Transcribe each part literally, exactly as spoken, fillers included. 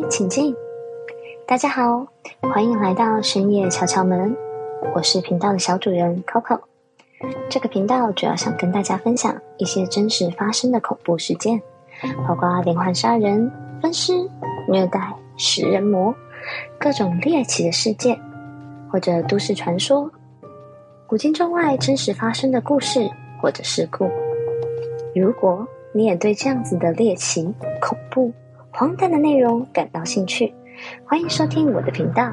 请进。大家好，欢迎来到深夜敲敲门，我是频道的小主人 Coco。 这个频道主要想跟大家分享一些真实发生的恐怖事件，包括连环杀人、分尸、虐待、食人魔，各种猎奇的事件，或者都市传说、古今中外真实发生的故事或者事故。如果你也对这样子的猎奇、恐怖、荒诞的内容感到兴趣，欢迎收听我的频道。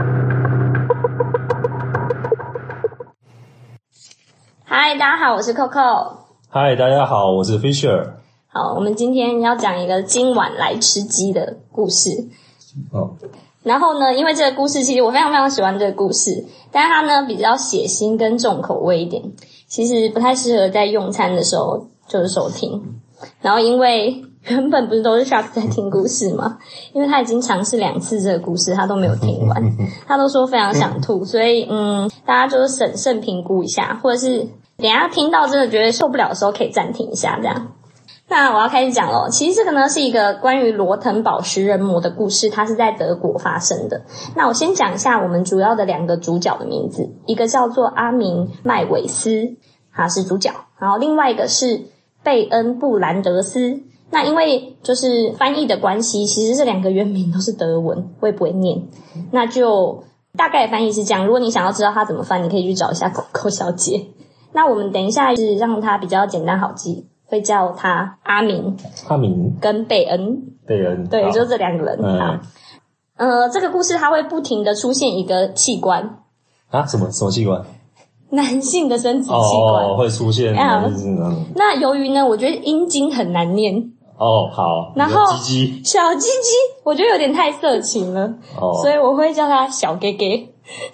嗨，大家好，我是 Coco。 嗨，大家好，我是 Fisher。 好，我们今天要讲一个今晚来吃鸡的故事。 哦， 然后呢，因为这个故事其实我非常非常喜欢这个故事，但是它呢比较血腥跟重口味一点，其实不太适合在用餐的时候就是收听。然后因为原本不是都是 Shark 在听故事吗？因为他已经尝试两次这个故事，他都没有听完，他都说非常想吐，所以嗯，大家就是审慎评估一下，或者是等一下听到真的觉得受不了的时候可以暂停一下这样。那我要开始讲咯，其实这个呢是一个关于罗滕堡食人魔的故事，它是在德国发生的。那我先讲一下我们主要的两个主角的名字，一个叫做阿明麦韦斯，他是主角，然后另外一个是贝恩布兰德斯。那因为就是翻译的关系，其实这两个原名都是德文，我也不会念，那就大概的翻译是这样。如果你想要知道他怎么翻，你可以去找一下Coco小姐。那我们等一下是让他比较简单好记，会叫他阿明、 阿明跟贝恩。 贝恩， 对，就这两个人。 嗯、 好，呃，这个故事它会不停的出现一个器官啊，什么什么器官？ 男性的生殖器官。 哦，会出现。 嗯、那由于呢，我觉得阴茎很难念。 哦，好。 然后鸡鸡， 小鸡鸡，我觉得有点太色情了，哦、所以我会叫他小 gay gay。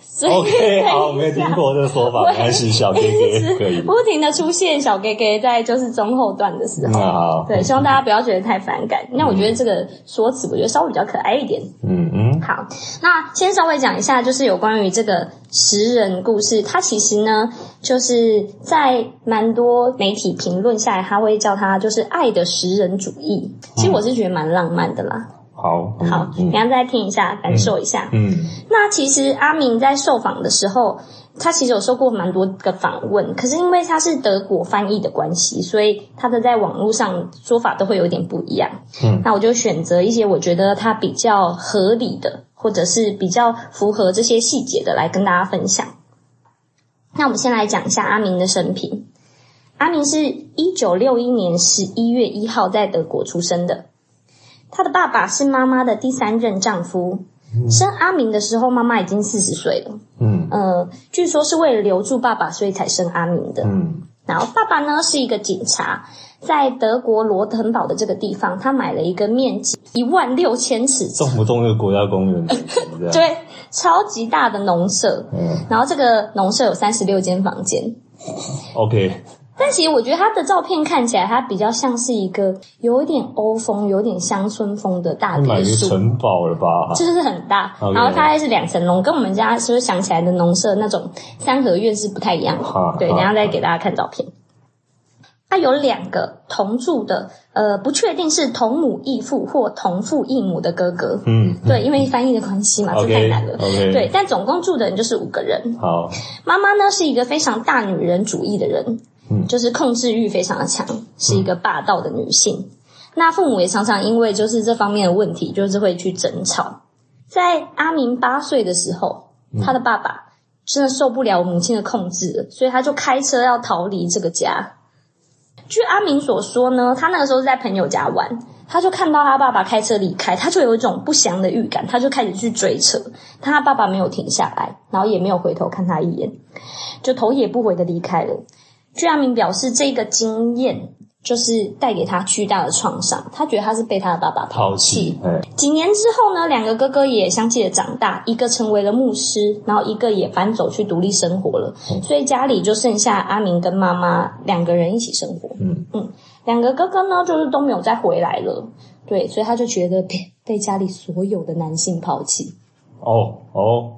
OK， 好，我没有听过这个说法，没关系，小 gay gay 可以。 不停的出现小 gay gay 在就是中后段的时候， 嗯、好， 对，希望大家不要觉得太反感。那、嗯、我觉得这个说辞，我觉得稍微比较可爱一点。 嗯嗯。 好，那先稍微讲一下，就是有关于这个食人故事，它其实呢，就是在蛮多媒体评论下来，他会叫它就是爱的食人主义。其实我是觉得蛮浪漫的啦。嗯好，嗯、 好，等一下再听一下，感受一下。 嗯， 那其实阿明在受访的时候，他其实有受过蛮多个访问，可是因为他是德国翻译的关系，所以他的在网络上说法都会有点不一样。嗯，那我就选择一些我觉得他比较合理的，或者是比较符合这些细节的来跟大家分享。那我们先来讲一下阿明的生平。阿明是一九六一年十一月一号在德国出生的。他的爸爸是妈妈的第三任丈夫，嗯、生阿明的时候，妈妈已经四十岁了。嗯，呃，据说是为了留住爸爸，所以才生阿明的。嗯，然后爸爸呢是一个警察，在德国罗滕堡的这个地方，他买了一个面积一万六千尺， 动不动那个国家公园， 对，超级大的农舍。嗯，然后这个农舍有三十六间房间。 OK。 但其实我觉得他的照片看起来，他比较像是一个有点欧风、有点乡村风的大别墅。 买一个城堡了吧？ 就是很大， okay. 然后大概是两层楼，跟我们家是不是想起来的农舍那种三合院是不太一样的。对，等一下再给大家看照片。他有两个同住的，呃，不确定是同母异父或同父异母的哥哥。嗯，对，因为翻译的关系嘛， okay, 这太难了。 Okay. 对，但总共住的人就是五个人。 好， 妈妈呢是一个非常大女人主义的人。嗯，就是控制欲非常的强，是一个霸道的女性。嗯、那父母也常常因为就是这方面的问题，就是会去争吵。在阿明八岁的时候，嗯、他的爸爸真的受不了母亲的控制了，所以他就开车要逃离这个家。据阿明所说呢，他那个时候是在朋友家玩，他就看到他爸爸开车离开，他就有一种不祥的预感，他就开始去追车，但他爸爸没有停下来，然后也没有回头看他一眼，就头也不回的离开了。据阿明表示，这个经验就是带给他巨大的创伤，他觉得他是被他的爸爸抛弃。几年之后呢，两个哥哥也相继的长大，一个成为了牧师，然后一个也搬走去独立生活了，嗯、所以家里就剩下阿明跟妈妈两个人一起生活。嗯嗯，两个哥哥呢，就是都没有再回来了。对，所以他就觉得被被家里所有的男性抛弃。 哦哦。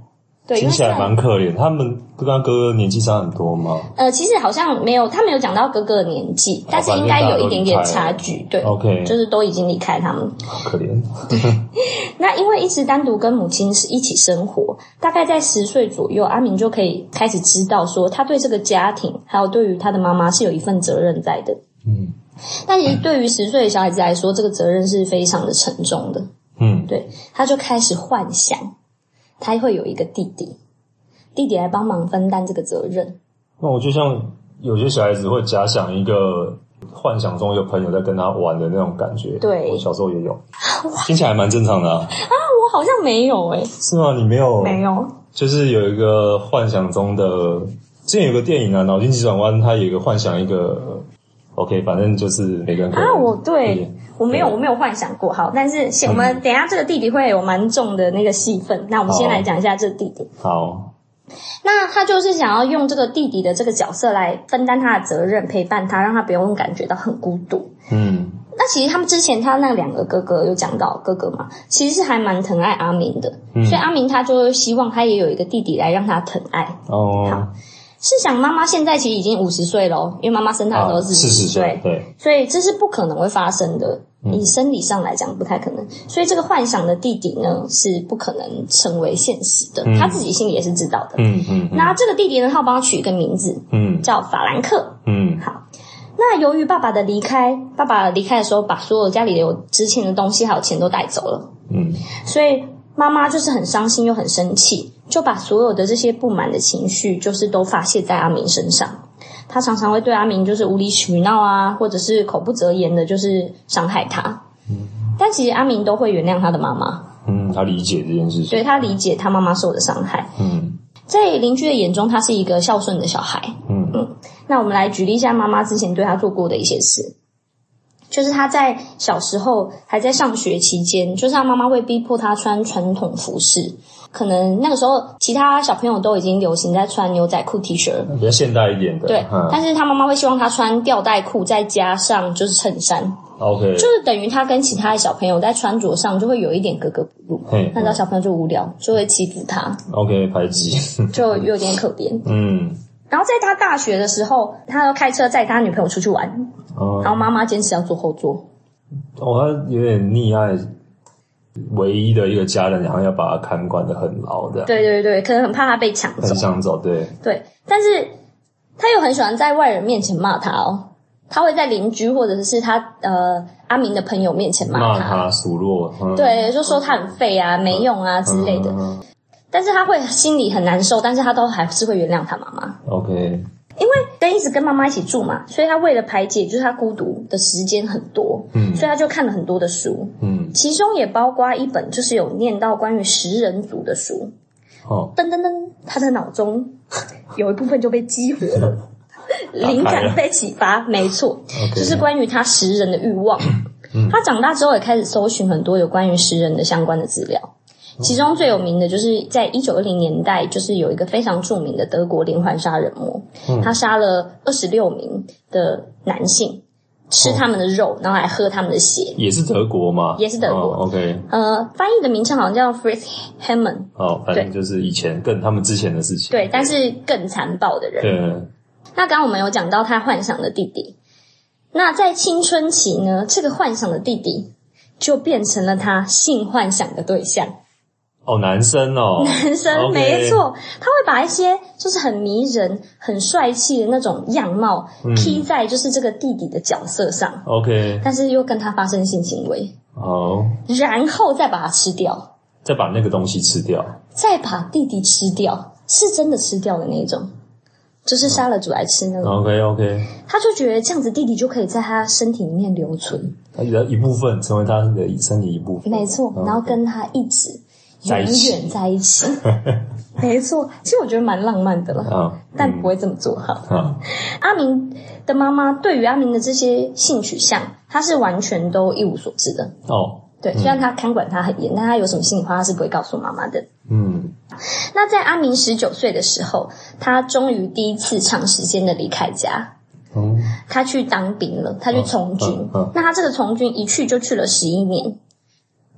对， 听起来蛮可怜。他们跟他哥哥年纪差很多吗？ 呃，其实好像没有，他没有讲到哥哥的年纪，但是应该有一点点差距。对 ，OK， 就是都已经离开他们， 好可怜。 那因为一直单独跟母亲是一起生活，大概在十岁左右，阿明就可以开始知道说，他对这个家庭，还有对于他的妈妈是有一份责任在的。嗯，但其实对于十岁的小孩子来说，这个责任是非常的沉重的。嗯，对，他就开始幻想。他会有一个弟弟，弟弟来帮忙分担这个责任。 那我就像有些小孩子会假想一个幻想中有朋友在跟他玩的那种感觉。 对， 我小时候也有，听起来蛮正常的啊。 啊，我好像没有诶、欸、 是吗？你没有？ 没有， 就是有一个幻想中的，之前有个电影啊，《脑筋急转弯》，他有一个幻想一个 ，OK， 反正就是每个人可能啊，我对。我没有，我没有幻想过。好，但是先、嗯、我们等一下这个弟弟会有蛮重的那个戏份。那我们先来讲一下这个弟弟。 好， 那他就是想要用这个弟弟的这个角色来分担他的责任，陪伴他，让他不用感觉到很孤独。嗯，那其实他们之前他那两个哥哥有讲到哥哥嘛，其实是还蛮疼爱阿明的，嗯、所以阿明他就希望他也有一个弟弟来让他疼爱。哦，好。试想妈妈现在其实已经五十岁了，因为妈妈生他的时候是四十岁，对，所以这是不可能会发生的。以生理上来讲不太可能，所以这个幻想的弟弟呢是不可能成为现实的，嗯、他自己心里也是知道的。嗯嗯。那这个弟弟呢，他帮他取一个名字，嗯，叫法兰克。嗯，好。那由于爸爸的离开，爸爸离开的时候把所有家里有值钱的东西还有钱都带走了，嗯，所以妈妈就是很伤心又很生气，就把所有的这些不满的情绪就是都发泄在阿明身上。他常常会对阿明就是无理取闹啊，或者是口不择言的，就是伤害他。嗯，但其实阿明都会原谅他的妈妈。 嗯，他理解这件事情。 对，他理解他妈妈受的伤害。嗯，在邻居的眼中，他是一个孝顺的小孩。嗯嗯，那我们来举例一下妈妈之前对他做过的一些事。就是他在小时候还在上学期间，就是他妈妈会逼迫他穿传统服饰。可能那个时候其他小朋友都已经流行在穿牛仔裤 T 恤， 比较现代一点的。 对，嗯、但是他妈妈会希望他穿吊带裤，再加上就是衬衫。 OK， 就是等于他跟其他的小朋友在穿着上就会有一点格格不入。那知道小朋友就无聊，就会欺负他。 OK， 排挤， 就有点可怜。嗯。然后在他大学的时候，他要开车载他女朋友出去玩，嗯、然后妈妈坚持要坐后座。 哦，他有点溺爱唯一的一个家人，然后要把他看管得很牢的。 对对对，可能很怕他被抢走。 很抢走，对。 对，但是他又很喜欢在外人面前骂他哦。他会在邻居或者是他呃阿明的朋友面前骂他， 骂他数落，嗯、 对，就说他很废啊、没用啊之类的。嗯、但是他会心里很难受，但是他都还是会原谅他妈妈。 OK。 因为跟一直跟妈妈一起住嘛，所以他为了排解就是他孤独的时间很多，嗯，所以他就看了很多的书，嗯，其中也包括一本就是有念到关于食人族的书。哦，噔噔噔，他的脑中有一部分就被激活了，灵感被启发，没错， okay. 就是关于他食人的欲望。嗯、他长大之后也开始搜寻很多有关于食人的相关的资料。其中最有名的就是在一九二零年代，就是有一个非常著名的德国连环杀人魔，嗯、他杀了二十六名的男性，吃他们的肉，哦、然后还喝他们的血。 也是德国吗？ 也是德国。 哦、OK， 呃，翻译的名称好像叫 Fritz Hamann。 哦，反正就是以前更他们之前的事情。 对，但是更残暴的人。 对。 那刚刚我们有讲到他幻想的弟弟，那在青春期呢，这个幻想的弟弟就变成了他性幻想的对象。 哦，男生哦， 男生、okay. 没错，他会把一些就是很迷人、很帅气的那种样貌 key 在就是这个弟弟的角色上 ，OK， 但是又跟他发生性行为， 哦， 然后再把他吃掉， 再把那个东西吃掉， 再把弟弟吃掉，是真的吃掉的那种，就是杀了煮来吃那种。 OK OK， 他就觉得这样子弟弟就可以在他身体里面留存， 他的一部分成为他的身体一部分， 没错， okay. 然后跟他一直。永远在一起，没错。其实我觉得蛮浪漫的了，哦、但不会这么做哈。哦、阿明的妈妈对于阿明的这些性取向，她是完全都一无所知的。哦，对，虽然她看管他很严，但她有什么心里话，她是不会告诉妈妈的。嗯，那在阿明十九岁的时候，他终于第一次长时间的离开家。嗯，他去当兵了，他去从军。哦哦哦、那他这个从军一去就去了十一年。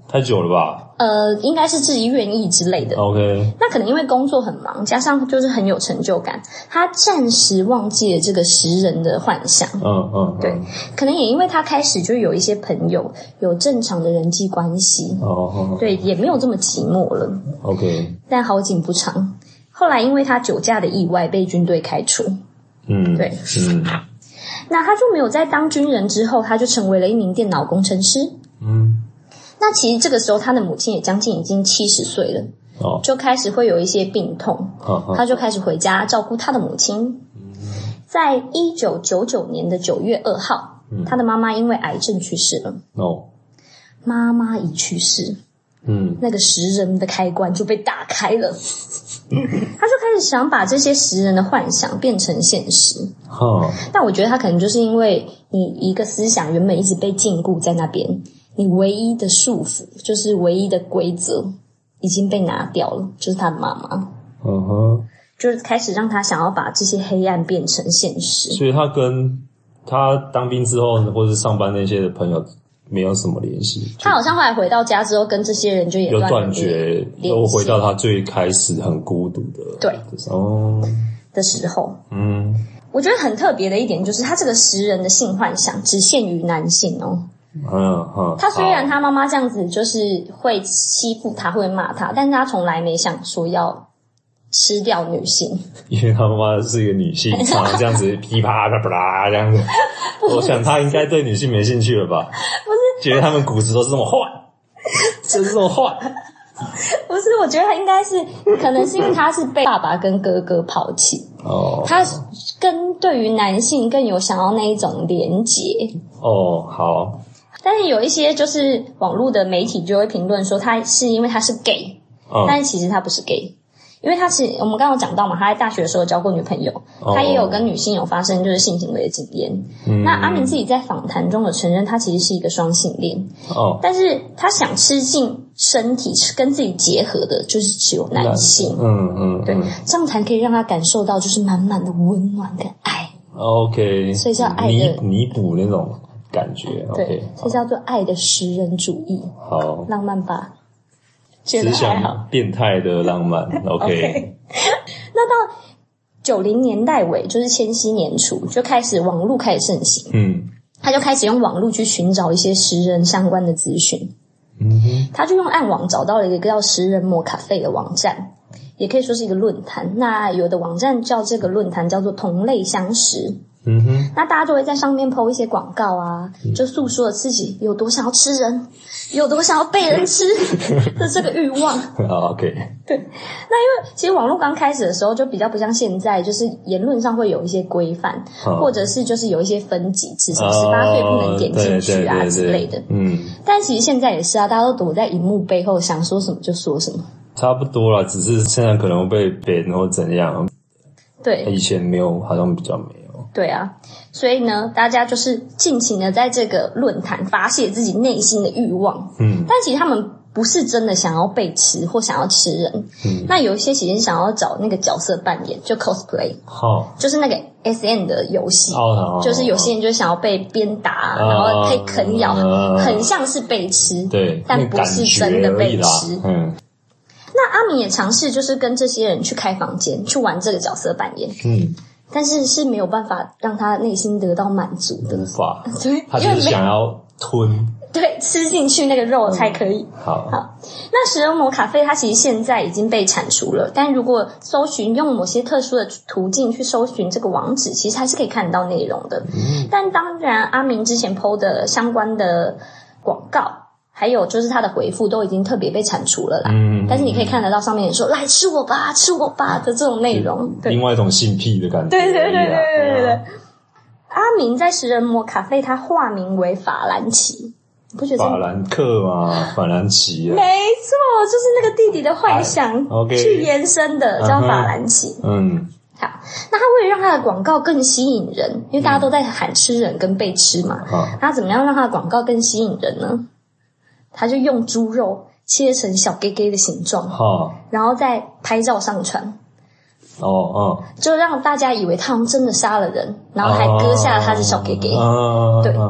太久了吧？ 呃，应该是自己愿意之类的。 OK， 那可能因为工作很忙，加上就是很有成就感，他暂时忘记了这个食人的幻想。 嗯嗯， 对，可能也因为他开始就有一些朋友，有正常的人际关系， 哦， 对，也没有这么寂寞了。 OK， 但好景不长，后来因为他酒驾的意外被军队开除。 嗯， 对， 嗯， 那他就没有在当军人之后，他就成为了一名电脑工程师。 嗯。 那其实这个时候他的母亲也将近已经七十岁了， 哦， 就开始会有一些病痛， 哦哦、 他就开始回家照顾他的母亲。嗯、在一九九九年的九月二号，嗯、他的妈妈因为癌症去世了。 哦， 妈妈一去世， 嗯， 那个食人的开关就被打开了，他就开始想把这些食人的幻想变成现实。 哦， 但我觉得他可能就是因为你一个思想原本一直被禁锢在那边。你唯一的束缚，就是唯一的规则已经被拿掉了，就是他的妈妈。 嗯哼， 就是开始让他想要把这些黑暗变成现实。 所以他跟他当兵之后或是上班那些的朋友没有什么联系。 他好像后来回到家之后跟这些人就也有断绝，又回到他最开始很孤独的对哦的时候。 嗯， 我觉得很特别的一点就是他这个食人的性幻想只限于男性哦。 嗯嗯， 他虽然他妈妈这样子就是会欺负他，会骂他，但是他从来没想说要吃掉女性， 因为他妈妈是一个女性，常常这样子噼啪啪啪这样子。我想他应该对女性没兴趣了吧？ 不是， 觉得他们骨子都是这么坏，就是这么坏。 不是，我觉得他应该是，可能是因为他是被爸爸跟哥哥抛弃。 哦， 他跟对于男性更有想要那一种连结。 哦，好。 但是有一些就是网络的媒体就会评论说他是因为他是 gay，嗯、但是其实他不是 gay， 因为他其实我们刚刚有讲到嘛，他在大学的时候交过女朋友，哦、他也有跟女性有发生就是性行为的经验。嗯、那阿明自己在访谈中有承认他其实是一个双性恋，哦，但是他想吃进身体跟自己结合的就是只有男性， 嗯嗯， 对，这样才可以让他感受到就是满满的温暖跟爱。 OK， 所以叫爱的弥弥补那种。感觉对， okay, 这叫做爱的食人主义。 好， 浪漫吧？ 只想变态的浪漫。OK，, okay 那到九零年代尾，就是千禧年初，就开始网络开始盛行。嗯，他就开始用网络去寻找一些食人相关的资讯。嗯哼，他就用暗网找到了一个叫食人魔咖啡的网站，也可以说是一个论坛。那有的网站叫这个论坛叫做同类相食。嗯哼，那大家就会在上面 po 一些广告啊，就诉说了自己有多想要吃人，有多想要被人吃的这个欲望。 OK， 对。那因为其实网络刚开始的时候就比较不像现在，就是言论上会有一些规范，哦、或者是就是有一些分级制，什么十八岁不能点进去啊之类的。嗯。但其实现在也是啊，大家都躲在荧幕背后，想说什么就说什么。 差不多啦，只是现在可能被贬或怎样。 对。 以前没有，好像比较没有。 对啊，所以呢，大家就是尽情的在这个论坛发泄自己内心的欲望。嗯，但其实他们不是真的想要被吃或想要吃人。嗯，那有一些其实想要找那个角色扮演，就 cosplay。好，就是那个 S M 的游戏。哦，就是有些人就想要被鞭打，哦、然后被啃咬，哦、很像是被吃。 对， 但不是真的被吃。嗯。那阿明也尝试就是跟这些人去开房间，去玩这个角色扮演。嗯。但是是没有办法让他内心得到满足的， 无法， 对， 他就是想要吞， 对，吃进去那个肉才可以。嗯、好，好，那食人魔咖啡它其实现在已经被铲除了，但如果搜寻用某些特殊的途径去搜寻这个网址，其实还是可以看到内容的。嗯、但当然，阿明之前 po 的相关的广告。还有就是他的回复都已经特别被铲除了啦，嗯，但是你可以看得到上面说来吃我吧，吃我吧的这种内容， 另外一种性癖的感觉。 对对对对对对对。啊、阿明在食人魔咖啡，他化名为法兰奇，你不觉得？ 法兰克吗？法兰奇、啊， 没错，就是那个弟弟的幻想去延伸的，叫法兰奇。嗯。好，那他为了让他的广告更吸引人，因为大家都在喊吃人跟被吃嘛，嗯、他怎么样让他的广告更吸引人呢？他就用猪肉切成小 gay gay 的形状，哦、然后再拍照上传。哦哦，就让大家以为他好像真的杀了人，然后还割下了他的小 gay gay。哦、对，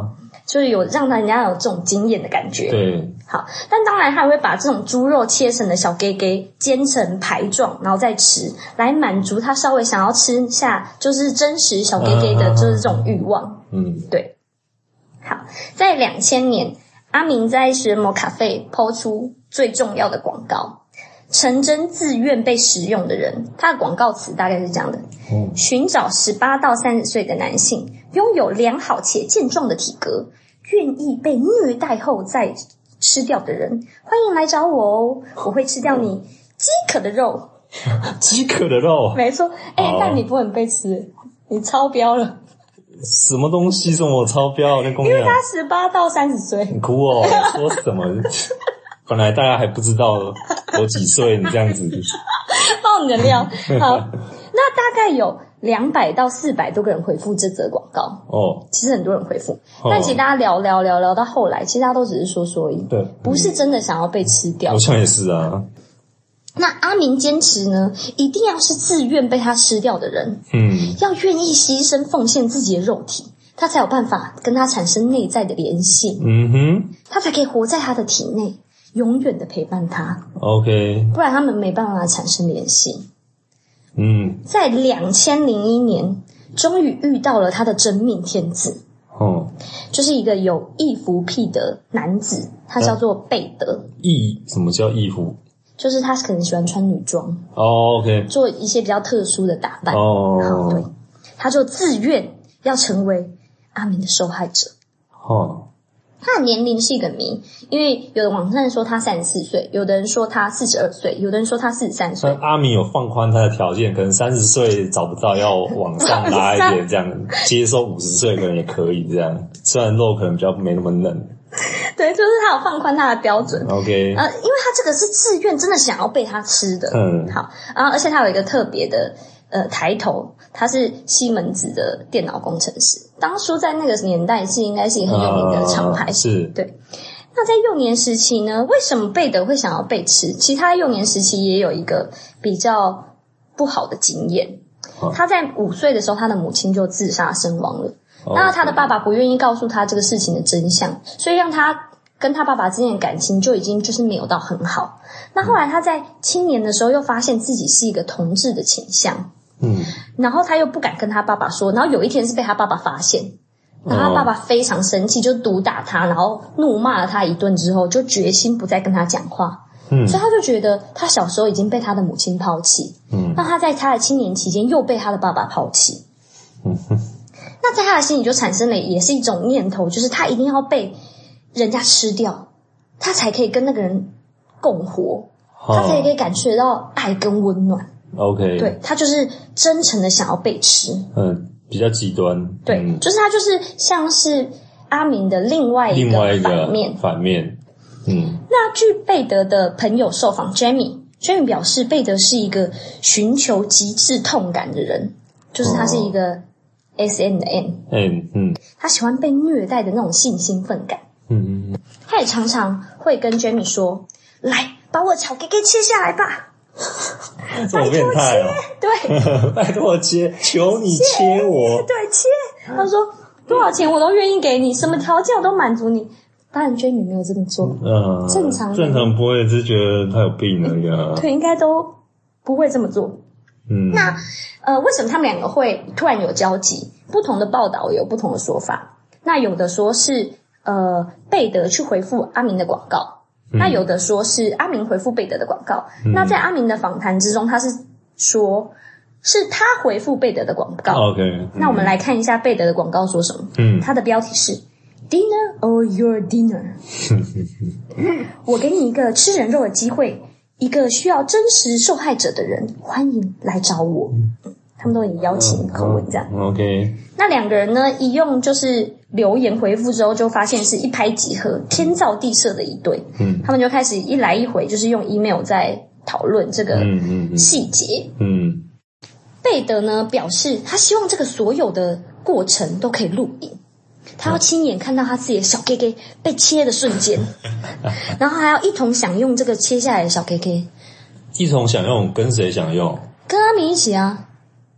就是有让人家有这种惊艳的感觉。 对， 好，但当然他也会把这种猪肉切成的小给给煎成排状，然后再吃，来满足他稍微想要吃下就是真实小给给的就是这种欲望。 嗯， 对。好，在两千年，阿明在学某咖啡抛出最重要的广告。成真自愿被食用的人，他的广告词大概是这样的：嗯、寻找十八到三十岁的男性，拥有良好且健壮的体格，愿意被虐待后再吃掉的人，欢迎来找我哦！我会吃掉你饥渴的肉。 饥渴的肉， 没错。哎、欸，但你不能被吃，你超标了。 什么东西？什么超标？那公因为他十八到三十岁。 很酷哦！说什么？本来大家还不知道我几岁，你这样子爆你的料。好，那大概有两百到四百多个人回复这则广告哦。 其实很多人回复，哦、但其实大家聊聊聊聊到后来，其实大家都只是说说而已， 对， 不是真的想要被吃掉。 好像也是啊。 那阿明坚持呢，一定要是自愿被他吃掉的人，嗯，要愿意牺牲奉献自己的肉体，他才有办法跟他产生内在的联系，嗯哼，他才可以活在他的体内。永远的陪伴他 ，OK， 不然他们没办法产生联系。 嗯， 在两千零一年，终于遇到了他的真命天子，哦，就是一个有异服癖的男子，他叫做贝德。 异？什么叫异服？ 就是他可能喜欢穿女装， 哦 ，OK， 做一些比较特殊的打扮， 哦， 好，对，他就自愿要成为阿明的受害者， 哦。 他的年龄是一个谜，因为有的网站说他三十四岁，有的人说他四十二岁，有的人说他四十三岁。 阿明有放宽他的条件，可能三十岁找不到，要往上拉一点，这样接受五十岁可能也可以这样。虽然肉可能比较没那么嫩。 对，就是他有放宽他的标准。 OK， 呃，因为他这个是自愿，真的想要被他吃的。嗯，好，然后而且他有一个特别的呃抬头，他是西门子的电脑工程师。当初在那个年代是应该是一个很有名的厂牌， 呃、是对。那在幼年时期呢，为什么贝德会想要被吃？其实他在幼年时期也有一个比较不好的经验。哦、他在五岁的时候，他的母亲就自杀身亡了。哦、那他的爸爸不愿意告诉他这个事情的真相，所以让他跟他爸爸之间的感情就已经就是没有到很好。那后来他在青年的时候又发现自己是一个同志的倾向。嗯，然后他又不敢跟他爸爸说，然后有一天是被他爸爸发现，然后他爸爸非常生气，就毒打他，然后怒骂了他一顿之后，就决心不再跟他讲话。嗯，所以他就觉得他小时候已经被他的母亲抛弃，嗯，那他在他的青年期间又被他的爸爸抛弃，嗯哼，那在他的心里就产生了也是一种念头，就是他一定要被人家吃掉，他才可以跟那个人共活，他才可以感觉到爱跟温暖。 OK， 对，他就是真诚的想要被吃， 嗯，比较极端， 对， 嗯、 就是他就是像是阿明的另外一个反面， 反面，嗯。 那据贝德的朋友受访 ，Jamie，Jamie 表示贝德是一个寻求极致痛感的人，就是他是一个 S M 的 N， 嗯嗯， 他喜欢被虐待的那种性兴奋感，嗯嗯，他也常常会跟 Jamie 说：“来，把我小给给切下来吧。” 这么变态哦！ 对， 拜托切，求你切我。 对，切。他说多少钱我都愿意给你，什么条件我都满足你。当然 Jamie 没有这么做，嗯，正常正常不会，只是觉得他有病而已啊。 对，应该都不会这么做。嗯，那呃，为什么他们两个会突然有交集？不同的报道有不同的说法。那有的说是呃贝德去回复阿明的广告。那有的说是阿明回复贝德的广告，嗯、那在阿明的访谈之中，他是说是他回复贝德的广告。 OK，嗯、 那我们来看一下贝德的广告说什么。嗯，他的标题是 Dinner or Your Dinner 。我给你一个吃人肉的机会，一个需要真实受害者的人，欢迎来找我。嗯、他们都以邀请口吻这样。 嗯、OK， 那两个人呢，一用就是留言回复之后，就发现是一拍即合，天造地设的一对。嗯，他们就开始一来一回，就是用 email 在讨论这个细节。嗯, 嗯, 嗯，贝德呢表示，他希望这个所有的过程都可以录影，他要亲眼看到他自己的小 K K 被切的瞬间，然后还要一同享用这个切下来的小 K K。 一同享用，跟谁享用？ 跟阿明一起啊。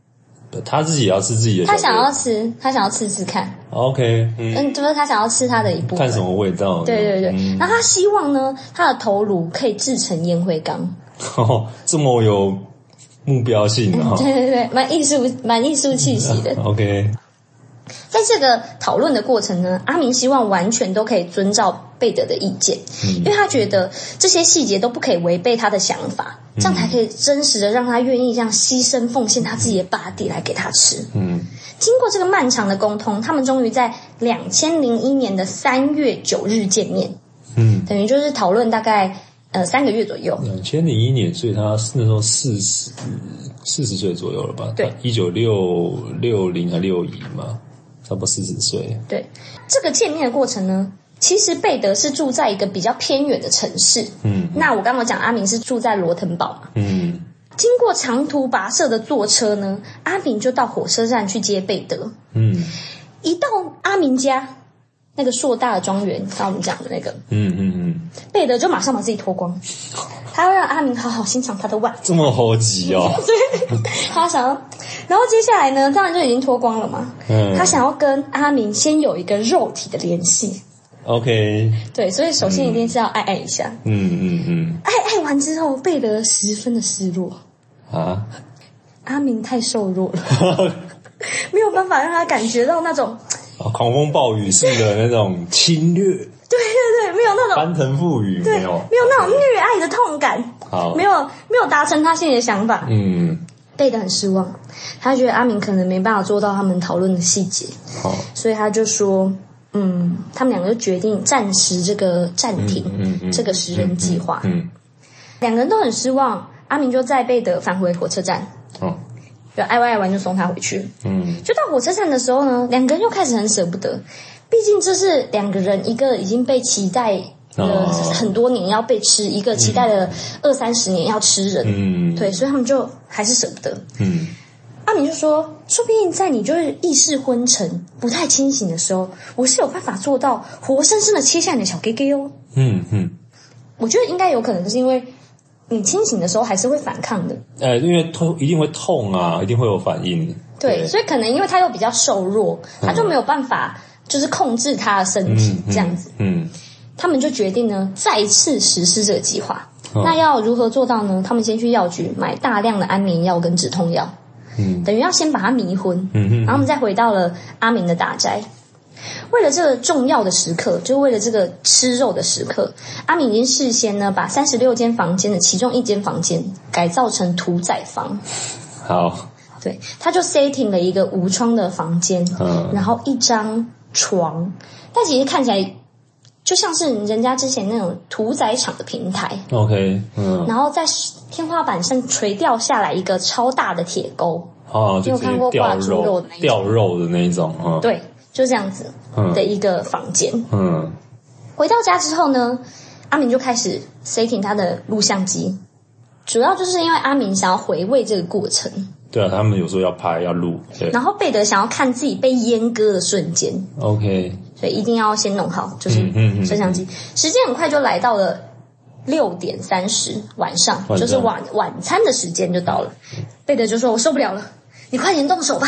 他自己也要吃自己的小贝， 他想要吃，他想要吃吃看。 OK， 嗯， 嗯，就是他想要吃他的一部分， 看什么味道？ 对对对， 嗯、 那他希望呢，他的头颅可以制成烟灰缸。 哦，这么有目标性啊、哦！ 对对对，蛮艺术，蛮艺术气息的。 OK， 在这个讨论的过程呢，阿明希望完全都可以遵照贝德的意见，嗯、因为他觉得这些细节都不可以违背他的想法，嗯、这样才可以真实的让他愿意这样牺牲奉献他自己的 body 来给他吃。嗯，经过这个漫长的沟通，他们终于在两千零一年的三月九日见面。嗯，等于就是讨论大概。呃，三个月左右。 两千零一年，所以他那时候四十四十岁左右了吧？ 对， 一九六六零还六一嘛，差不多四十岁。 对，这个见面的过程呢，其实贝德是住在一个比较偏远的城市。嗯，那我刚刚讲阿明是住在罗滕堡嘛。嗯，经过长途跋涉的坐车呢，阿明就到火车站去接贝德。嗯，一到阿明家。那个硕大的庄园，刚刚我们讲的那个，嗯嗯嗯，贝德就马上把自己脱光，他要让阿明好好欣赏他的腕， 这么猴急哦， 对，他想要，然后接下来呢，当然就已经脱光了嘛，嗯，他想要跟阿明先有一个肉体的联系 ，OK， 对，所以首先一定是要爱爱一下，嗯嗯嗯，爱爱完之后，贝德十分的失落啊，阿明太瘦弱了，没有办法让他感觉到那种。 哦，狂风暴雨式的那种侵略，对对对，没有那种翻腾覆雨，没有没有那种虐爱的痛感， 好， 没有没有达成他心里的想法，嗯，贝德很失望，他觉得阿明可能没办法做到他们讨论的细节，好，所以他就说，嗯，他们两个就决定暂时这个暂停，嗯嗯，这个食人计划，嗯，嗯两个人都很失望，阿明就载贝德返回火车站，哦。就爱爱完就送他回去，嗯，就到火车站的时候呢，两个人又开始很舍不得，毕竟这是两个人，一个已经被期待了很多年要被吃，一个期待了二三十年要吃人，嗯，对，所以他们就还是舍不得，嗯，阿明就说，说不定在你就是意识昏沉、不太清醒的时候，我是有办法做到活生生的切下你的小 G G 哦，嗯嗯，我觉得应该有可能就是因为。你清醒的时候还是会反抗的， 呃，因为痛一定会痛啊，一定会有反应。 对，对所以可能因为他又比较瘦弱，他就没有办法就是控制他的身体、嗯、这样子。嗯，他们就决定呢再次实施这个计划。嗯、那要如何做到呢？他们先去药局买大量的安眠药跟止痛药，嗯，等于要先把他迷昏。嗯嗯，然后我们再回到了阿明的大宅。为了这个重要的时刻，就为了这个吃肉的时刻，阿明已经事先呢把三十六间房间的其中一间房间改造成屠宰房。 好， 对，他就 setting 了一个无窗的房间，嗯，然后一张床，但其实看起来就像是人家之前那种屠宰场的平台。 OK， 嗯， 然后在天花板上垂吊下来一个超大的铁钩。 哦， 你有看过挂猪肉的那一种？ 吊肉的那一种，嗯， 对。就这样子的一个房间。嗯，回到家之后呢，阿明就开始 setting 他的录像机，主要就是因为阿明想要回味这个过程。 对啊，他们有时候要拍要录，对。 然后贝德想要看自己被阉割的瞬间。 OK， 所以一定要先弄好，就是摄像机。嗯嗯嗯、时间很快就来到了六点三十晚上，晚上就是晚晚餐的时间就到了。贝德就说：“我受不了了，你快点动手吧。”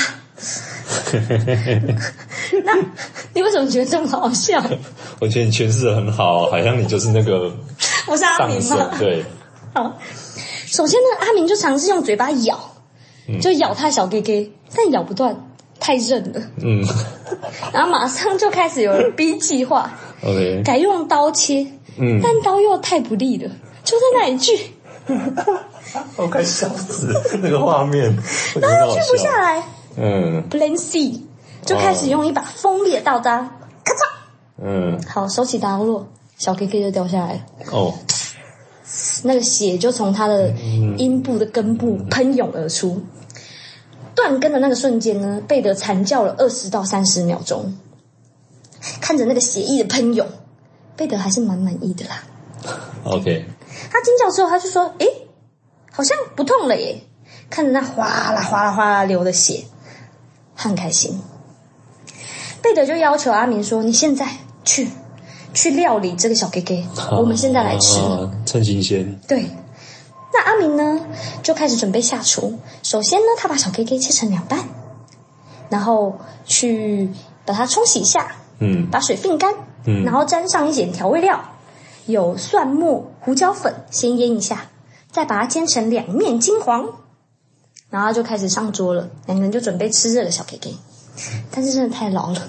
那你为什么觉得这么好笑？ 我觉得你诠释得很好，好像你就是那个我是阿明吗？ 对。 好，首先呢，阿明就尝试用嘴巴咬，嗯、就咬他小 G G， 但咬不断，太韧了。嗯。然后马上就开始有了 B 计划 ，OK， 改用刀切，嗯，但刀又太不利了，就在那里锯。 我快笑死了，那个画面， 然后又锯不下来。 嗯 ，Plan C 就开始用一把锋利的刀扎，咔嚓，嗯，好，手起刀落，小 K K 就掉下来了。哦，那个血就从他的阴部的根部喷涌而出。断根的那个瞬间呢，贝德惨叫了二十到三十秒钟，看着那个血液的喷涌，贝德还是蛮满意的啦。 OK， 他惊叫之后，他就说：“诶，好像不痛了耶！”看着那哗啦哗啦哗啦流的血。很开心，贝德就要求阿明说：“你现在去去料理这个小 G G， 我们现在来吃， 啊、趁新鲜。” 对， 那阿明呢，就开始准备下厨。首先呢，他把小 K K 切成两半，然后去把它冲洗一下， 嗯， 把水沥干，嗯，然后沾上一点调味料，有蒜末、胡椒粉，先腌一下，再把它煎成两面金黄，然后就开始上桌了。两个人就准备吃热的小 K K， 但是真的太老了。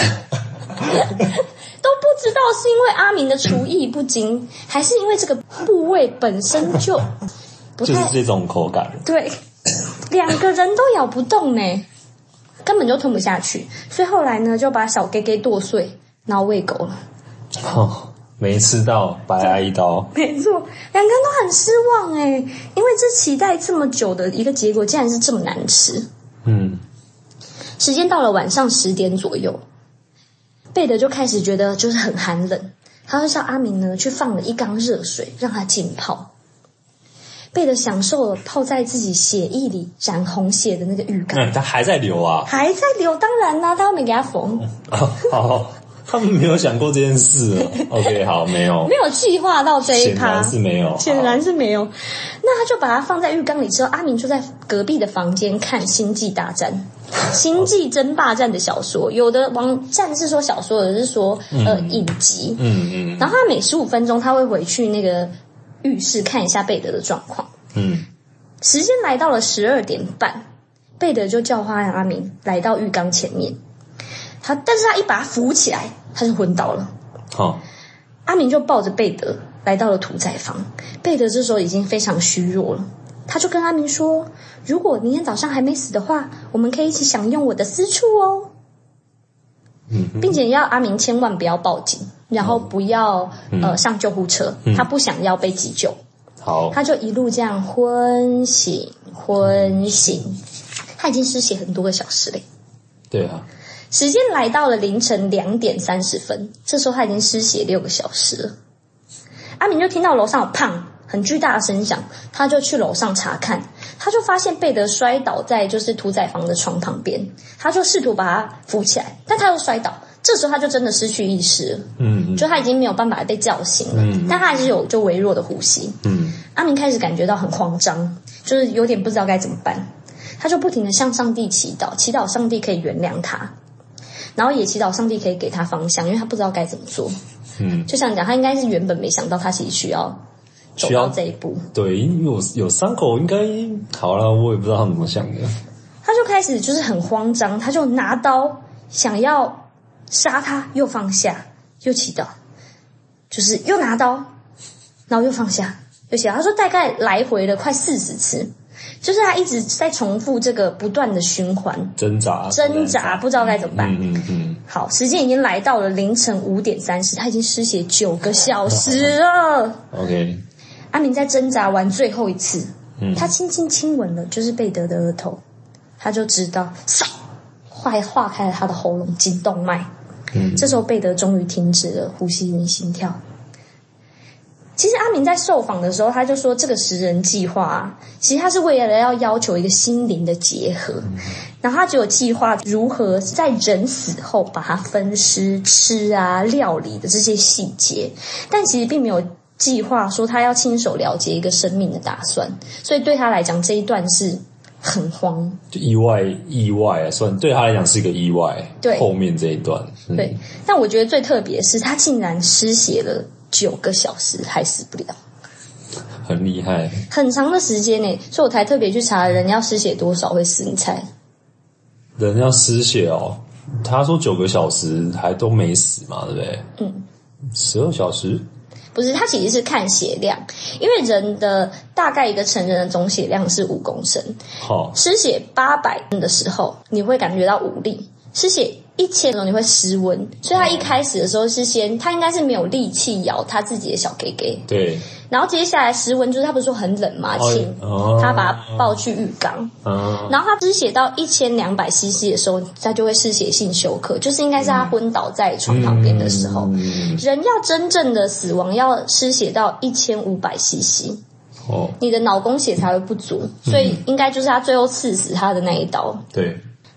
都不知道是因为阿明的厨艺不精，还是因为这个部位本身就不太就是这种口感。 对，两个人都咬不动呢，根本就吞不下去，所以后来呢就把小 K K 剁碎，然后喂狗了。 哦，没吃到，白挨一刀。 没错，两个人都很失望哎，因为这期待这么久的一个结果，竟然是这么难吃。 嗯， 时间到了晚上十点左右。贝德就开始觉得就是很寒冷，他就叫阿明呢去放了一缸热水让他浸泡。贝德享受了泡在自己血液里染红血的那个浴缸， 嗯，他还在流啊， 还在流，当然啦，他又没给他缝。 哦，好，他们没有想过这件事。OK， 好，没有， 没有计划到这一趴， 显然是没有， 显然是没有。那他就把它放在浴缸里之后，阿明就在隔壁的房间看《星际大战》。星际争霸战的小说，有的网站是说小说，有的是说呃影集。 嗯嗯。 然后他每十五分钟他会回去那个浴室看一下贝德的状况。 嗯。 时间来到了十二点半，贝德就叫唤阿明来到浴缸前面。他但是他一把他扶起来，他就昏倒了。 好、哦， 阿明就抱着贝德来到了屠宰房。贝德这时候已经非常虚弱了。他就跟阿明说，如果明天早上还没死的话，我们可以一起享用我的私处哦。嗯，并且要阿明千万不要报警，然后不要、嗯、呃上救护车、嗯、他不想要被急救。 好， 他就一路这样昏醒昏醒，他已经失血很多个小时嘞。 对啊， 时间来到了凌晨两点三十分，这时候他已经失血六个小时了。阿明就听到楼上有砰很巨大的声响，他就去楼上查看，他就发现贝德摔倒在就是屠宰房的床旁边，他就试图把他扶起来，但他又摔倒，这时候他就真的失去意识了，嗯，就他已经没有办法被叫醒了，嗯，但他还是有就微弱的呼吸，嗯，阿明开始感觉到很慌张，就是有点不知道该怎么办，他就不停地向上帝祈祷，祈祷上帝可以原谅他，然后也祈祷上帝可以给他方向，因为他不知道该怎么做，嗯，就像讲他应该是原本没想到他其实需要走到这一步， 对，因为有有伤口应该好了，我也不知道他怎么想的。 他就开始就是很慌张，他就拿刀想要杀他，又放下，又祈祷，就是又拿刀，然后又放下，又祈祷。他说大概来回了快四十次，就是他一直在重复这个不断的循环， 挣扎挣扎，不知道该怎么办。 嗯嗯嗯。 好，时间已经来到了凌晨五点三十，他已经失血九个小时了。 OK。 阿明在挣扎完最后一次， 嗯， 他轻轻亲吻了就是贝德的额头，他就知道，唰，化化开了他的喉咙颈动脉。嗯，这时候贝德终于停止了呼吸跟心跳。其实阿明在受访的时候，他就说这个食人计划啊，其实他是为了要要求一个心灵的结合，然后他只有计划如何在人死后把它分尸吃啊、料理的这些细节，但其实并没有计划说他要亲手了结一个生命的打算，所以对他来讲这一段是很慌， 就意外意外啊，算对他来讲是一个意外。 对， 后面这一段， 嗯、对，但我觉得最特别的是他竟然失血了九个小时还死不了， 很厉害， 很长的时间呢，所以我才特别去查人要失血多少会死，你猜？ 人要失血哦，他说九个小时还都没死嘛，对不对？嗯，十二小时。 不是，它其实是看血量，因为人的大概一个成人的总血量是五公升，好，失血八百的时候你会感觉到无力，失血一千的时候你会失温，所以他一开始的时候是先，他应该是没有力气咬他自己的小 K K， 对，然后接下来失温就是他不是说很冷吗？亲、哦，他把他抱去浴缸，哦、然后他失血到一千两百 C C 的时候，他就会失血性休克，就是应该是他昏倒在床旁边的时候，嗯、人要真正的死亡要失血到一千五百 C C， 哦，你的脑供血才会不足，所以应该就是他最后刺死他的那一刀， 对。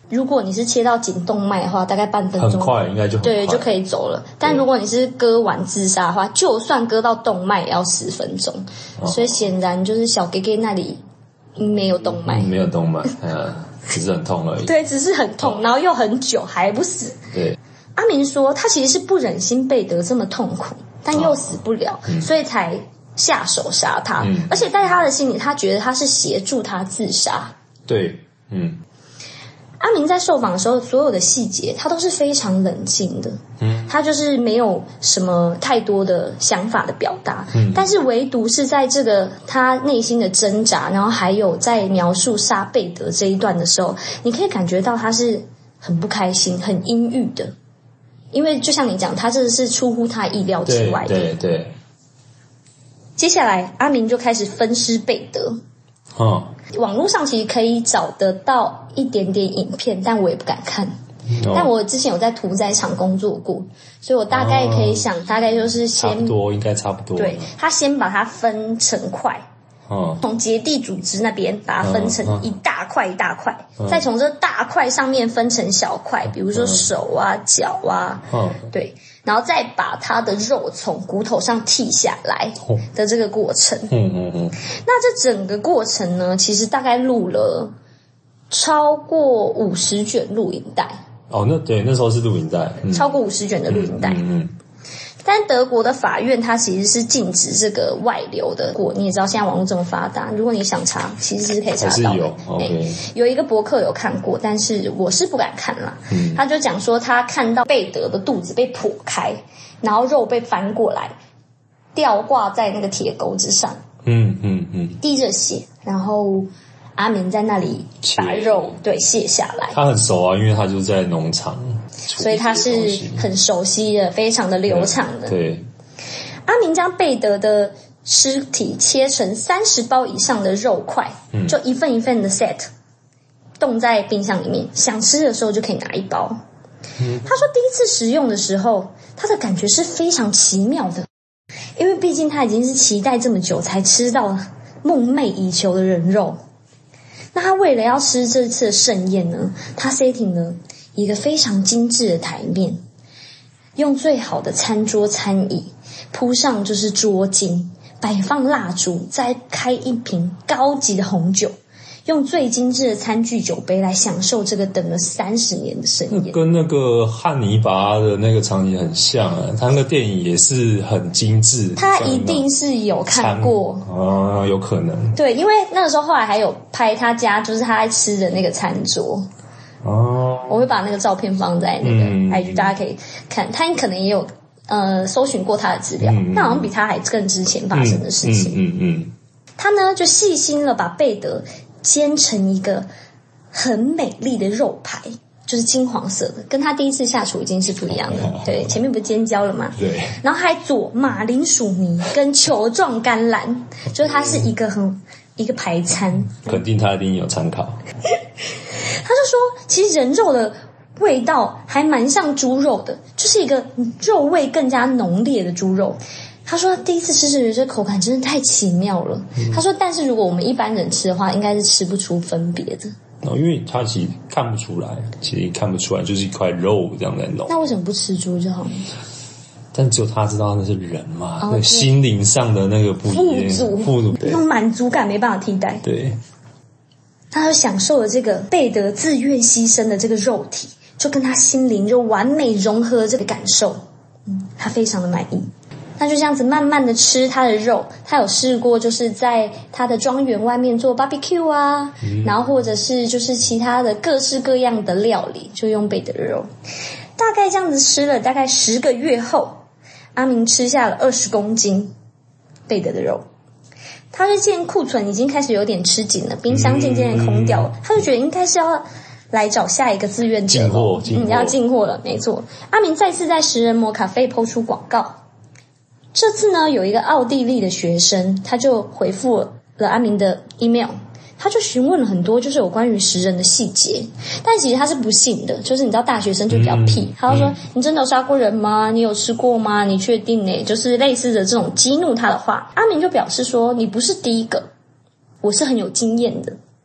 如果你是切到颈动脉的话，大概半分钟很快应该就很快对就可以走了。但如果你是割完自杀的话，就算割到动脉也要十分钟。哦、所以显然就是小 G G 那里没有动脉， 嗯、没有动脉，嗯，只是很痛而已。 对，只是很痛，然后又很久还不死。 对， 阿明说他其实是不忍心贝德这么痛苦，但又死不了，哦嗯、所以才下手杀他。嗯、而且在他的心里，他觉得他是协助他自杀。 对，嗯。 阿明在受访的时候，所有的细节他都是非常冷静的，嗯，他就是没有什么太多的想法的表达，嗯，但是唯独是在这个他内心的挣扎，然后还有在描述杀贝德这一段的时候，你可以感觉到他是很不开心、很阴郁的，因为就像你讲，他这是出乎他意料之外的， 对对对。 接下来，阿明就开始分尸贝德， 嗯。 网络上其实可以找得到一点点影片，但我也不敢看。哦、但我之前有在屠宰场工作过，所以我大概可以想，哦、大概就是先差不多，应该差不多。 对，他先把它分成块，哦，从结缔组织那边把它分成一大块一大块，哦、再从这大块上面分成小块，比如说手啊、脚啊，哦、对。然后再把它的肉从骨头上剔下来的这个过程，嗯嗯嗯。那这整个过程呢，其实大概录了超过五十卷录影带。 哦，那对，那时候是录影带， 嗯、超过五十卷的录影带。嗯 嗯, 嗯。但德国的法院它其实是禁止这个外流的。过你也知道，现在网络这么发达，如果你想查，其实是可以查到的。 有, okay 有一个博客有看过，但是我是不敢看啦。嗯、他就讲说，他看到贝德的肚子被剖开，然后肉被翻过来，吊挂在那个铁钩之上，嗯嗯嗯，滴着血，然后阿明在那里把肉对卸下来。 他很熟啊，因为他就是在农场。 所以他是很熟悉的，非常的流畅的。 对，对阿明将贝德的尸体切成三十包以上的肉块，嗯、就一份一份的 set， 冻在冰箱里面，想吃的时候就可以拿一包。嗯、他说第一次食用的时候，他的感觉是非常奇妙的，因为毕竟他已经是期待这么久才吃到梦寐以求的人肉。那他为了要吃这次的盛宴呢，他 setting 了一个非常精致的台面，用最好的餐桌餐椅铺上就是桌巾，摆放蜡烛，再开一瓶高级的红酒，用最精致的餐具酒杯来享受这个等了三十年的盛宴。 跟那个汉尼拔的那个场景很像啊，他那个电影也是很精致。 他一定是有看过啊，有可能。 对，因为那个时候后来还有拍他家，就是他在吃的那个餐桌。哦，我会把那个照片放在那个 I G，、嗯、大家可以看。他可能也有呃搜寻过他的资料，那、嗯、好像比他还更之前发生的事情。嗯嗯, 嗯, 嗯他呢就细心了把贝德煎成一个很美丽的肉排，就是金黄色的，跟他第一次下厨已经是不一样的。哦、对，前面不是尖椒了吗？ 对。然后还佐马铃薯泥跟球状甘蓝，就是它是一个很一个排餐。 肯定他一定有参考。 他就说，其实人肉的味道还蛮像猪肉的，就是一个肉味更加浓烈的猪肉。他说第一次吃时觉得口感真的太奇妙了。嗯、他说，但是如果我们一般人吃的话，应该是吃不出分别的。 哦，因为他其实看不出来，其实看不出来，就是一块肉这样在弄。 那为什么不吃猪就好呢？ 但只有他知道那是人嘛，哦、那心灵上的那个不一样， 富足， 富足， 那种满足感没办法替代。 对。 他就享受了这个贝德自愿牺牲的这个肉体，就跟他心灵就完美融合这个感受，嗯，他非常的满意。他就这样子慢慢的吃他的肉，他有试过就是在他的庄园外面做 barbecue 啊，嗯、然后或者是就是其他的各式各样的料理，就用贝德的肉。大概这样子吃了大概十个月后，阿明吃下了二十公斤贝德的肉。他就见库存已经开始有点吃紧了，冰箱渐渐的空掉了，嗯、他就觉得应该是要来找下一个志愿者进货，进货， 嗯，要进货了，没错。阿明再次在食人魔咖啡抛出广告，这次呢有一个奥地利的学生，他就回复了阿明的 email， 他就询问了很多就是有关于食人的细节，但其实他是不信的，就是你知道大学生就比较屁，嗯、他就说、嗯、你真的有杀过人吗？你有吃过吗？你确定呢？就是类似的这种激怒他的话，阿明就表示说你不是第一个，我是很有经验的。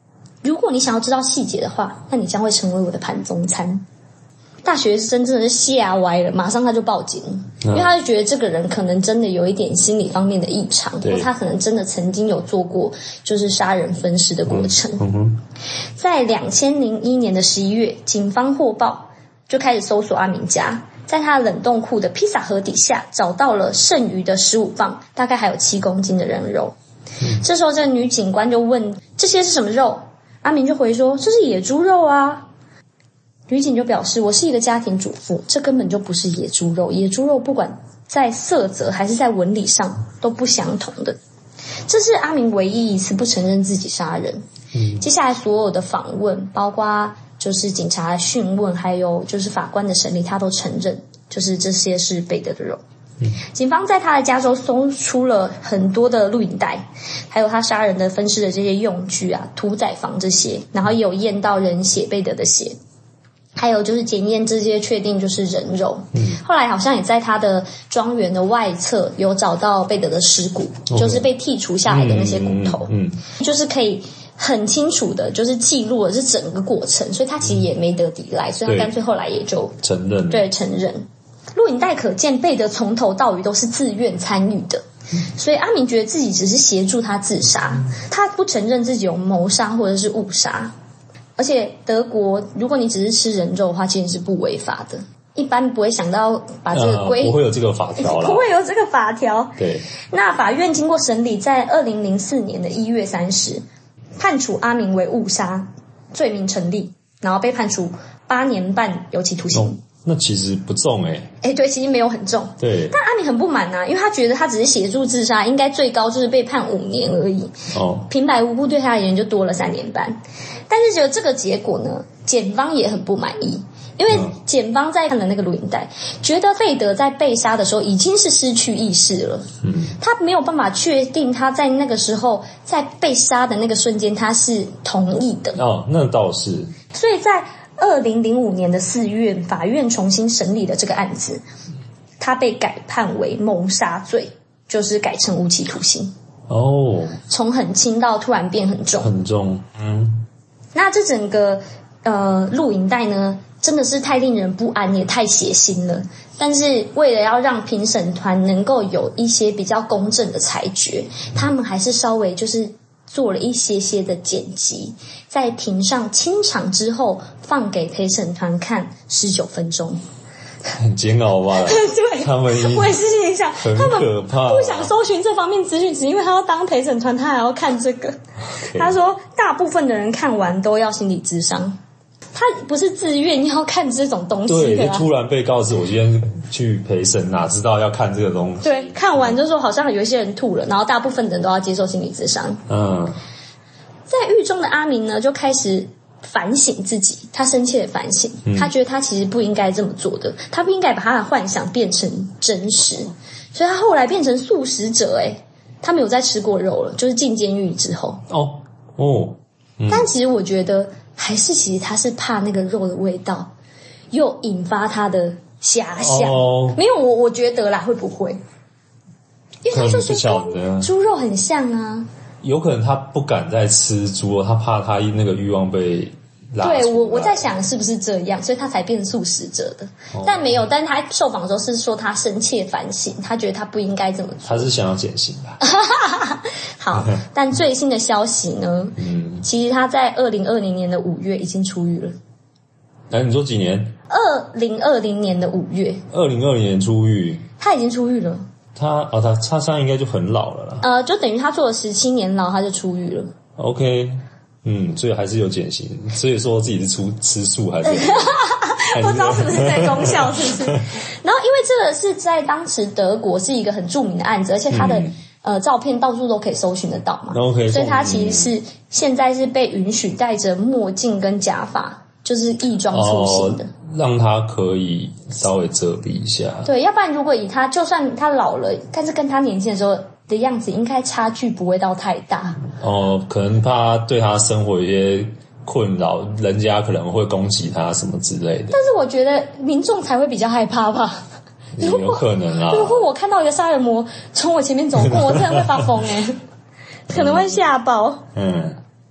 如果你想要知道细节的话，那你将会成为我的盘中餐。大学生真的是吓歪了，马上他就报警，因为他就觉得这个人可能真的有一点心理方面的异常，或他可能真的曾经有做过就是杀人分尸的过程。嗯嗯、在两千零一年的十一月，警方获报就开始搜索阿明家，在他冷冻库的披萨盒底下找到了剩余的十五磅，大概还有七公斤的人肉。嗯、这时候这个女警官就问这些是什么肉，阿明就回说这是野猪肉啊。女警就表示，我是一个家庭主妇，这根本就不是野猪肉，野猪肉不管在色泽还是在纹理上都不相同的。这是阿明唯一一次不承认自己杀人。嗯、接下来所有的访问，包括就是警察的讯问，还有就是法官的审理，他都承认就是这些是贝德的肉。嗯、警方在他的家中搜出了很多的录影带，还有他杀人的分尸的这些用具啊、屠宰房这些，然后也有验到人血，贝德的血。还有就是检验这些，确定就是人肉。嗯、后来好像也在他的庄园的外侧有找到贝德的尸骨， okay. 就是被剔除下来的那些骨头。嗯，嗯就是可以很清楚的，就是记录了这整个过程，所以他其实也没得抵赖，所以他干脆后来也就承认。 对，承认。录影带可见，贝德从头到尾都是自愿参与的。所以阿明觉得自己只是协助他自杀，他不承认自己有谋杀或者是误杀。而且德国，如果你只是吃人肉的话，其实是不违法的。一般不会想到把这个归、 呃、不会有这个法条啦， 不会有这个法条。 对。 那法院经过审理，在二零零四年的一月三十，判处阿明为误杀，罪名成立，然后被判处八年半有期徒刑。 哦，那其实不重诶、 欸。诶，对，其实没有很重。 对。 但阿明很不满啊，因为他觉得他只是协助自杀，应该最高就是被判五年而已。哦。平白无故对他而言就多了三年半。但是觉得这个结果呢，检方也很不满意，因为检方在看了那个录影带，觉得贝德在被杀的时候已经是失去意识了。嗯。他没有办法确定他在那个时候在被杀的那个瞬间他是同意的。 哦，那倒是。 所以在二零零五年的四月，法院重新审理了这个案子，他被改判为谋杀罪，就是改成无期徒刑。哦，从很轻到突然变很重， 很重。嗯， 那这整个呃录影带呢，真的是太令人不安，也太血腥了。但是为了要让评审团能够有一些比较公正的裁决，他们还是稍微就是做了一些些的剪辑，在庭上清场之后放给陪审团看十九分钟。 很煎熬吧？ 对， 他们我也是心里想， 很可怕， 他们不想搜寻这方面资讯，只因为他要当陪审团，他还要看这个。Okay. 他说，大部分的人看完都要心理咨商，他不是自愿要看这种东西的、啊。 对，就突然被告知我今天去陪审，哪知道要看这个东西？ 对，看完就说好像有一些人吐了，然后大部分的人都要接受心理咨商。嗯，在狱中的阿明呢，就开始反省自己，他深切的反省、嗯、他觉得他其实不应该这么做的，他不应该把他的幻想变成真实，所以他后来变成素食者。诶，他没有再吃过肉了，就是进监狱之后。 哦哦、嗯， 但其实我觉得还是其实他是怕那个肉的味道又引发他的遐想、哦、没有，我我觉得啦，会不会因为他就说跟猪肉很像啊， 有可能他不敢再吃猪肉，他怕他那个欲望被拉出来。 对，我我在想是不是这样，所以他才变成素食者的、哦、但没有，但是他受访的时候是说他深切反省，他觉得他不应该这么做， 他是想要减刑吧。 好，但最新的消息呢、嗯、其实他在二零二零年的五月已经出狱了。 哎，你说几年？ 二零二零年的五月。 二零二零年出狱， 他已经出狱了。 他哦，他他现在应该就很老了啦。 呃，就等于他坐了十七年牢，他就出狱了。 OK， 嗯，所以还是有减刑。所以说自己是出吃素还是？ 不知道是不是在功效，是不是？然后因为这个是在当时德国是一个很著名的案子，而且他的、嗯、呃照片到处都可以搜寻得到嘛。 OK， 所以他其实是、嗯、现在是被允许戴着墨镜跟假发。就是异装出行的、哦， 让他可以稍微遮蔽一下。 对，要不然如果以他，就算他老了，但是跟他年轻的时候的样子，应该差距不会到太大。哦， 可能怕对他生活有些困扰，人家可能会攻击他什么之类的。 但是我觉得民众才会比较害怕吧。 有可能啊。 如果我看到一个杀人魔从我前面走过，我真的会发疯诶、欸，可能会吓爆。嗯。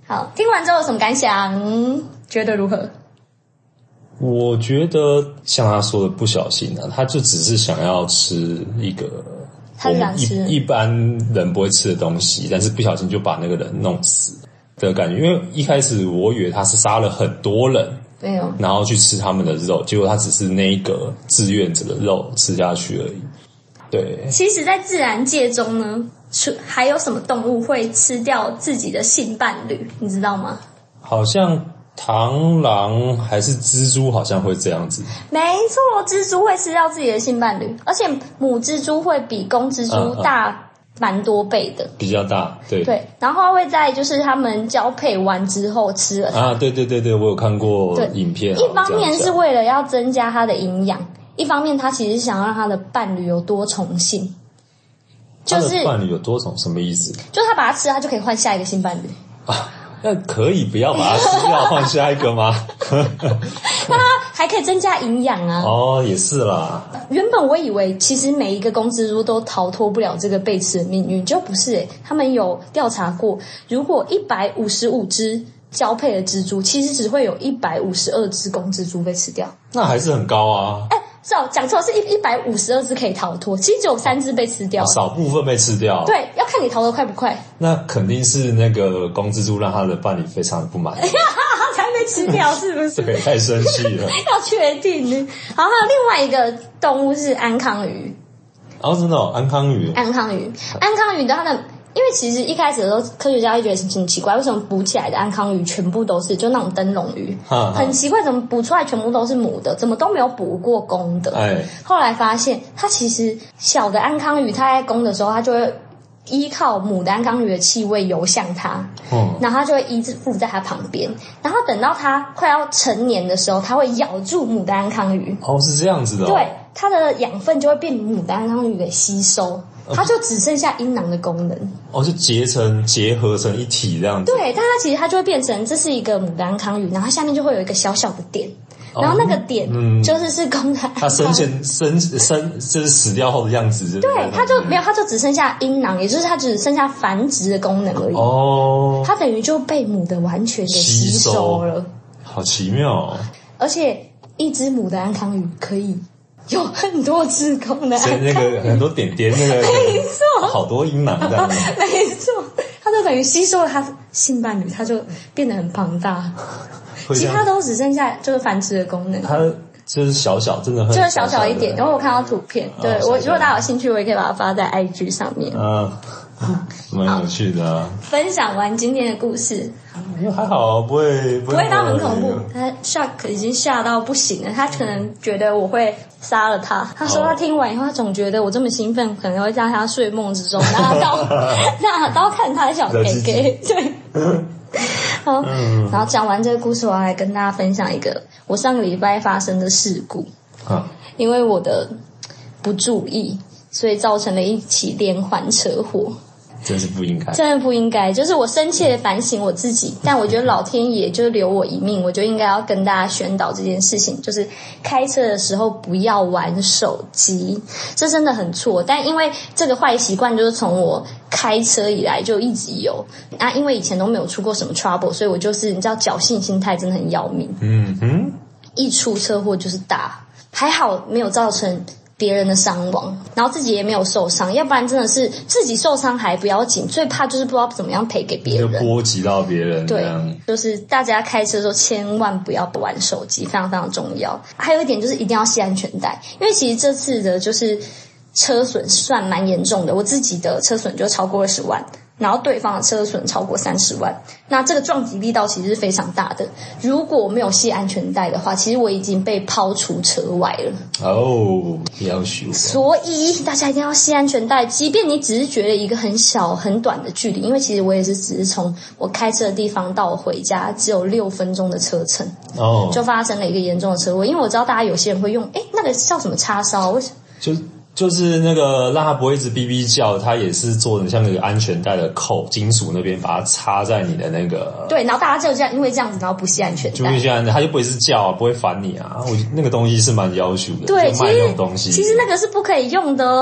好，听完之后有什么感想？觉得如何？ 我觉得像他说的不小心啊，他就只是想要吃一个他想吃一一般人不会吃的东西，但是不小心就把那个人弄死的感觉。因为一开始我以为他是杀了很多人， 没有， 然后去吃他们的肉，结果他只是那一个志愿者的肉吃下去而已。对， 其实在自然界中呢，还有什么动物会吃掉自己的性伴侣，你知道吗？ 好像螳螂还是蜘蛛好像会这样子。 没错，蜘蛛会吃掉自己的性伴侣，而且母蜘蛛会比公蜘蛛大蛮多倍的， 比较大，对对。然后它会在就是他们交配完之后吃了它啊，对对对对，我有看过影片。 一方面是为了要增加它的营养，一方面它其实想要让它的伴侣有多重性。就是、 他的伴侣有多重什么意思？ 就是他把它吃，他就可以换下一个新伴侣啊。那可以不要把它吃掉换下一个吗？ 那它还可以增加营养啊。 哦，也是啦。 原本我以为其实每一个公蜘蛛都逃脱不了这个被吃的命运，就不是诶、欸、他们有调查过，如果一百五十五只交配的蜘蛛，其实只会有一百五十二只公蜘蛛被吃掉。 那还是很高啊。 哎、欸，是哦，讲错，是一一百五十二只可以逃脱，其实只有三只被吃掉、哦， 少部分被吃掉。 对，要看你逃得快不快。 那肯定是那个公蜘蛛让他的伴侣非常的不满， 才被吃掉，是不是？ 对，太生气了。 要确定呢。好，还有另外一个动物是安康鱼。 哦，真的哦，安康鱼。 安康鱼，安康鱼的它的。因为其实一开始的时候，科学家会觉得很奇怪，为什么捕起来的安康鱼全部都是就那种灯笼鱼， 哈哈很奇怪，怎么捕出来全部都是母的，怎么都没有捕过公的？ 哎， 后来发现，它其实小的安康鱼，它在公的时候，它就会依靠母的安康鱼的气味游向它，嗯，然后它就会依附在它旁边，然后等到它快要成年的时候，它会咬住母的安康鱼。 哦，是这样子的、哦。 对，它的养分就会被母的安康鱼给吸收。它就只剩下阴囊的功能， 哦，就结成结合成一体这样子。 对，但它其实它就会变成这是一个母的安康鱼，然后它下面就会有一个小小的点，哦、然后那个点就是是公的安康鱼。 它生前生生就是死掉后的样子。 对，它就没有，它就只剩下阴囊，也就是它只剩下繁殖的功能而已。 哦， 它等于就被母的完全给吸收了， 好奇妙哦！ 而且一只母的安康鱼可以。有很多子宫的， 所以那个很多点点，那个没错， 好多阴囊这样。 没错，它就等于吸收了它性伴侣，它就变得很庞大。其他都只剩下就是繁殖的功能。 它就是小小，真的很就是小小一点。然后我看到图片，对、哦、我如果大家有兴趣，我也可以把它发在 I G 上面。 嗯，蛮有趣的、啊。 分享完今天的故事。 因为还好不会不会, 不会到很恐怖，他 shock 已经吓到不行了，他可能觉得我会杀了他。他说他听完以后，他总觉得我这么兴奋，可能会在他睡梦之中拿刀拿刀看他的小 K K。对，好，嗯、然后讲完这个故事，我要来跟大家分享一个我上个礼拜发生的事故。啊，因为我的不注意，所以造成了一起连环车祸。 真是不应该， 真的不应该。就是我深切的反省我自己，但我觉得老天爷就留我一命，我就应该要跟大家宣导这件事情，就是开车的时候不要玩手机，这真的很错。但因为这个坏习惯就是从我开车以来就一直有啊，因为以前都没有出过什么 trouble， 所以我就是你知道侥幸心态真的很要命。嗯哼，一出车祸就是大，还好没有造成别人的伤亡，然后自己也没有受伤，要不然真的是自己受伤还不要紧，最怕就是不知道怎么样赔给别人， 就波及到别人。 对，就是大家开车的时候千万不要玩手机，非常非常重要。还有一点就是一定要系安全带，因为其实这次的就是车损算蛮严重的，我自己的车损就超过二十万。然后对方的车损超过三十万，那这个撞击力道其实是非常大的。如果我没有系安全带的话，其实我已经被抛出车外了。 哦，要修。 所以大家一定要系安全带，即便你只是觉得一个很小很短的距离，因为其实我也是只是从我开车的地方到我回家只有六分钟的车程，哦，就发生了一个严重的车祸。因为我知道大家有些人会用，诶，那个叫什么叉烧？为什么？ 就。就是那个让它不会一直哔哔叫，它也是做的像那个安全带的扣，金属那边把它插在你的那个。 对，然后大家就这样，因为这样子，然后不系安全带， 就会这样，它就不会是叫，不会烦你啊。我那个东西是蛮要求的， 对， 就卖那种东西。 其实那个是不可以用的哦，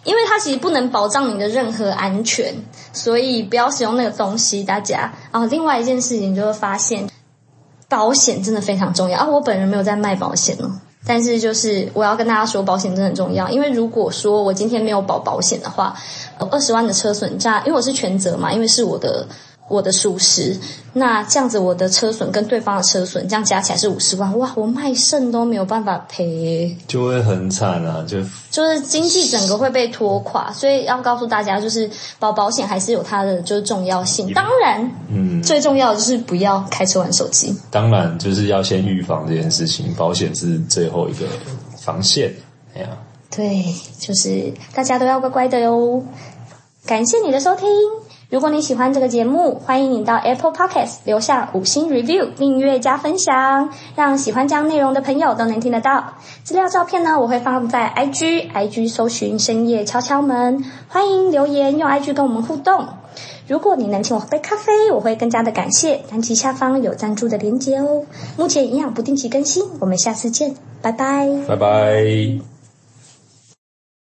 因为它其实不能保障你的任何安全，所以不要使用那个东西，大家。然后另外一件事情就会发现，保险真的非常重要啊！我本人没有在卖保险哦，但是就是我要跟大家说，保险真的很重要。因为如果说我今天没有保保险的话，二十万的车损价，因为我是全责嘛，因为是我的我的疏失，那这样子我的车损跟对方的车损这样加起来是五十万，哇，我卖肾都没有办法赔， 就会很惨啊，就就是经济整个会被拖垮。所以要告诉大家，就是保保险还是有它的就是重要性。当然，嗯，最重要的就是不要开车玩手机。 当然就是要先预防这件事情，保险是最后一个防线。哎呀， 对，就是大家都要乖乖的哟。感谢你的收听。如果你喜欢这个节目，欢迎你到 Apple Podcast 留下五星 review、订阅加分享，让喜欢这样内容的朋友都能听得到。资料照片呢，我会放在 I G，I G 搜寻深夜敲敲门，欢迎留言用 I G 跟我们互动。如果你能请我喝杯咖啡，我会更加的感谢。单集下方有赞助的连结哦。目前营养不定期更新，我们下次见，拜拜， 拜拜。